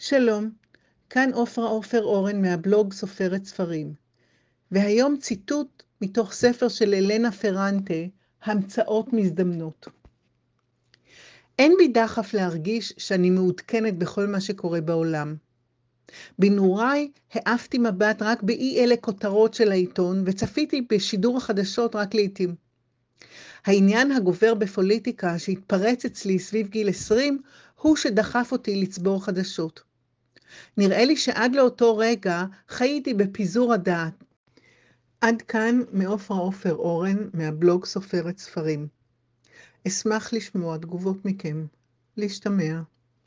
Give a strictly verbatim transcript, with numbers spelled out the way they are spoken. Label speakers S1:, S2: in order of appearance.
S1: שלום, כאן עופרה עופר אורן מהבלוג סופרת ספרים, והיום ציטוט מתוך ספר של אלנה פרנטה, המצאות מזדמנות. אין בי דחף להרגיש שאני מעודכנת בכל מה שקורה בעולם. בנעוריי העפתי מבט רק באי אלה כותרות של העיתון, וצפיתי בשידור החדשות רק לעתים. העניין הגובר בפוליטיקה שהתפרץ אצלי סביב גיל עשרים, הוא שדחף אותי לצבור חדשות. נראה לי שעד לאותו רגע חייתי בפיזור הדעת. עד כאן מעופרה עופר אורן מהבלוג סופרת ספרים. אשמח לשמוע תגובות מכם. להשתמע.